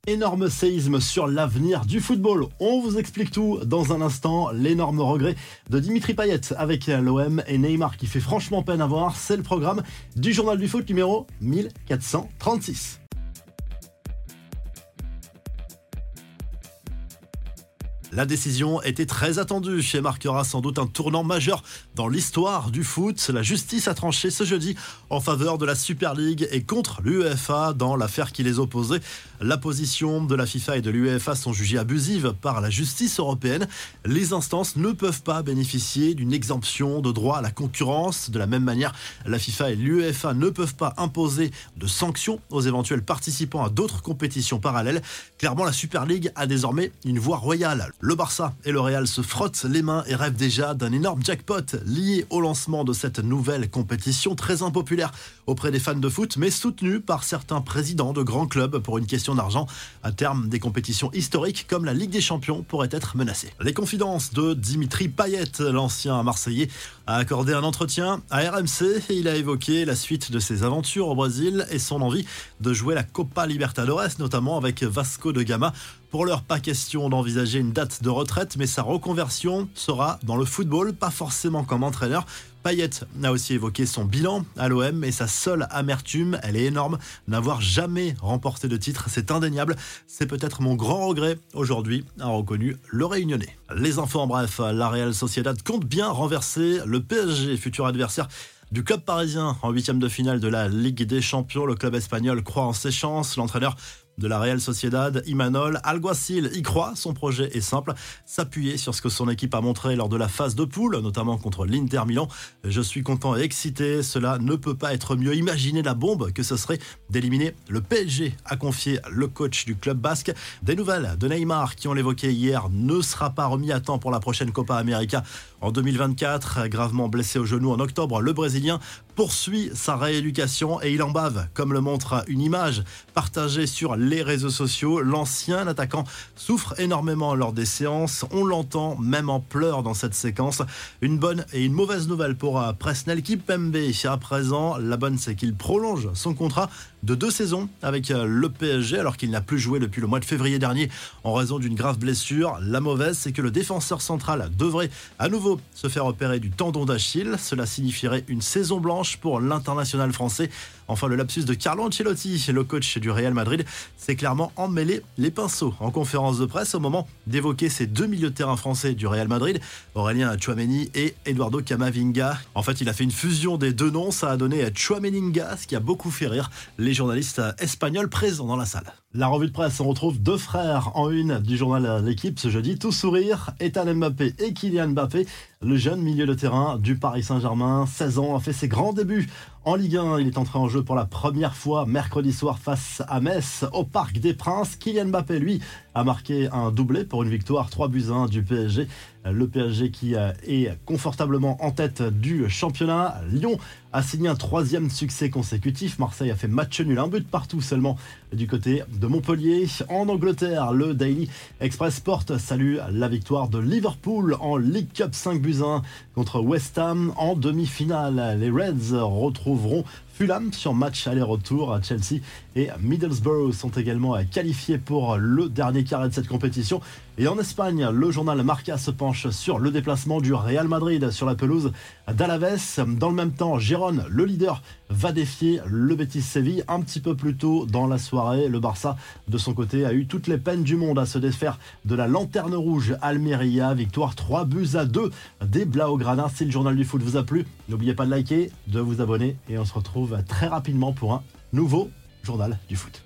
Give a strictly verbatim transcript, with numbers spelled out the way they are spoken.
Énorme séisme sur l'avenir du football. On vous explique tout dans un instant. L'énorme regret de Dimitri Payet avec l'O M et Neymar qui fait franchement peine à voir. C'est le programme du journal du foot numéro mille quatre cent trente-six. La décision était très attendue et marquera sans doute un tournant majeur dans l'histoire du foot. La justice a tranché ce jeudi en faveur de la Super League et contre l'UEFA dans l'affaire qui les opposait. La position de la FIFA et de l'UEFA sont jugées abusives par la justice européenne. Les instances ne peuvent pas bénéficier d'une exemption de droit à la concurrence. De la même manière, la FIFA et l'UEFA ne peuvent pas imposer de sanctions aux éventuels participants à d'autres compétitions parallèles. Clairement, la Super League a désormais une voie royale. Le Barça et le Real se frottent les mains et rêvent déjà d'un énorme jackpot lié au lancement de cette nouvelle compétition très impopulaire auprès des fans de foot, mais soutenue par certains présidents de grands clubs pour une question d'argent. À terme, des compétitions historiques comme la Ligue des Champions pourraient être menacées. Les confidences de Dimitri Payet, l'ancien Marseillais, a accordé un entretien à R M C et il a évoqué la suite de ses aventures au Brésil et son envie de jouer la Copa Libertadores, notamment avec Vasco de Gama. Pour l'heure, pas question d'envisager une date de retraite, mais sa reconversion sera dans le football, pas forcément comme entraîneur. Payet a aussi évoqué son bilan à l'O M et sa seule amertume, elle est énorme, n'avoir jamais remporté de titre, c'est indéniable. C'est peut-être mon grand regret aujourd'hui, a reconnu le Réunionnais. Les infos en bref, la Real Sociedad compte bien renverser le P S G, futur adversaire du club parisien en huitième de finale de la Ligue des Champions. Le club espagnol croit en ses chances. L'entraîneur de la Real Sociedad, Imanol Alguacil, y croit. Son projet est simple, s'appuyer sur ce que son équipe a montré lors de la phase de poule, notamment contre l'Inter Milan. Je suis content et excité, cela ne peut pas être mieux. Imaginez la bombe que ce serait d'éliminer le P S G, a confié le coach du club basque. Des nouvelles de Neymar, qui on l'évoquait hier, ne sera pas remis à temps pour la prochaine Copa América en deux mille vingt-quatre. Gravement blessé au genou en octobre, le Brésilien poursuit sa rééducation et il en bave, comme le montre une image partagée sur les réseaux sociaux. L'ancien attaquant souffre énormément lors des séances. On l'entend même en pleurs dans cette séquence. Une bonne et une mauvaise nouvelle pour Presnel Kimpembe. À présent, la bonne, c'est qu'il prolonge son contrat de deux saisons avec le P S G alors qu'il n'a plus joué depuis le mois de février dernier en raison d'une grave blessure. La mauvaise, c'est que le défenseur central devrait à nouveau se faire opérer du tendon d'Achille. Cela signifierait une saison blanche pour l'international français. Enfin, le lapsus de Carlo Ancelotti, le coach du Real Madrid, s'est clairement emmêlé les pinceaux en conférence de presse au moment d'évoquer ces deux milieux de terrain français du Real Madrid, Aurélien Tchouaméni et Eduardo Camavinga. En fait, il a fait une fusion des deux noms, ça a donné Tchouaméninga, ce qui a beaucoup fait rire les journalistes espagnols présents dans la salle. La revue de presse, on retrouve deux frères en une du journal L'Équipe ce jeudi, tout sourire, Ethan Mbappé et Kylian Mbappé. Le jeune milieu de terrain du Paris Saint-Germain, seize ans, a fait ses grands débuts en Ligue un. Il est entré en jeu pour la première fois mercredi soir face à Metz au Parc des Princes. Kylian Mbappé, lui, a marqué un doublé pour une victoire trois buts à un du P S G. Le P S G qui est confortablement en tête du championnat. Lyon a signé un troisième succès consécutif. Marseille a fait match nul, un but partout seulement du côté de Montpellier. En Angleterre, le Daily Express Sport salue la victoire de Liverpool en League Cup cinq buts à un contre West Ham en demi-finale. Les Reds retrouveront Fulham sur match aller-retour. À Chelsea et Middlesbrough sont également qualifiés pour le dernier carré de cette compétition. Et en Espagne, le journal Marca se penche sur le déplacement du Real Madrid sur la pelouse d'Alaves. Dans le même temps, Gérone, le leader, va défier le Betis Séville un petit peu plus tôt dans la soirée. Le Barça, de son côté, a eu toutes les peines du monde à se défaire de la lanterne rouge Almeria. Victoire trois buts à deux des Blaugrana. Si le journal du foot vous a plu, n'oubliez pas de liker, de vous abonner et on se retrouve très rapidement pour un nouveau journal du foot.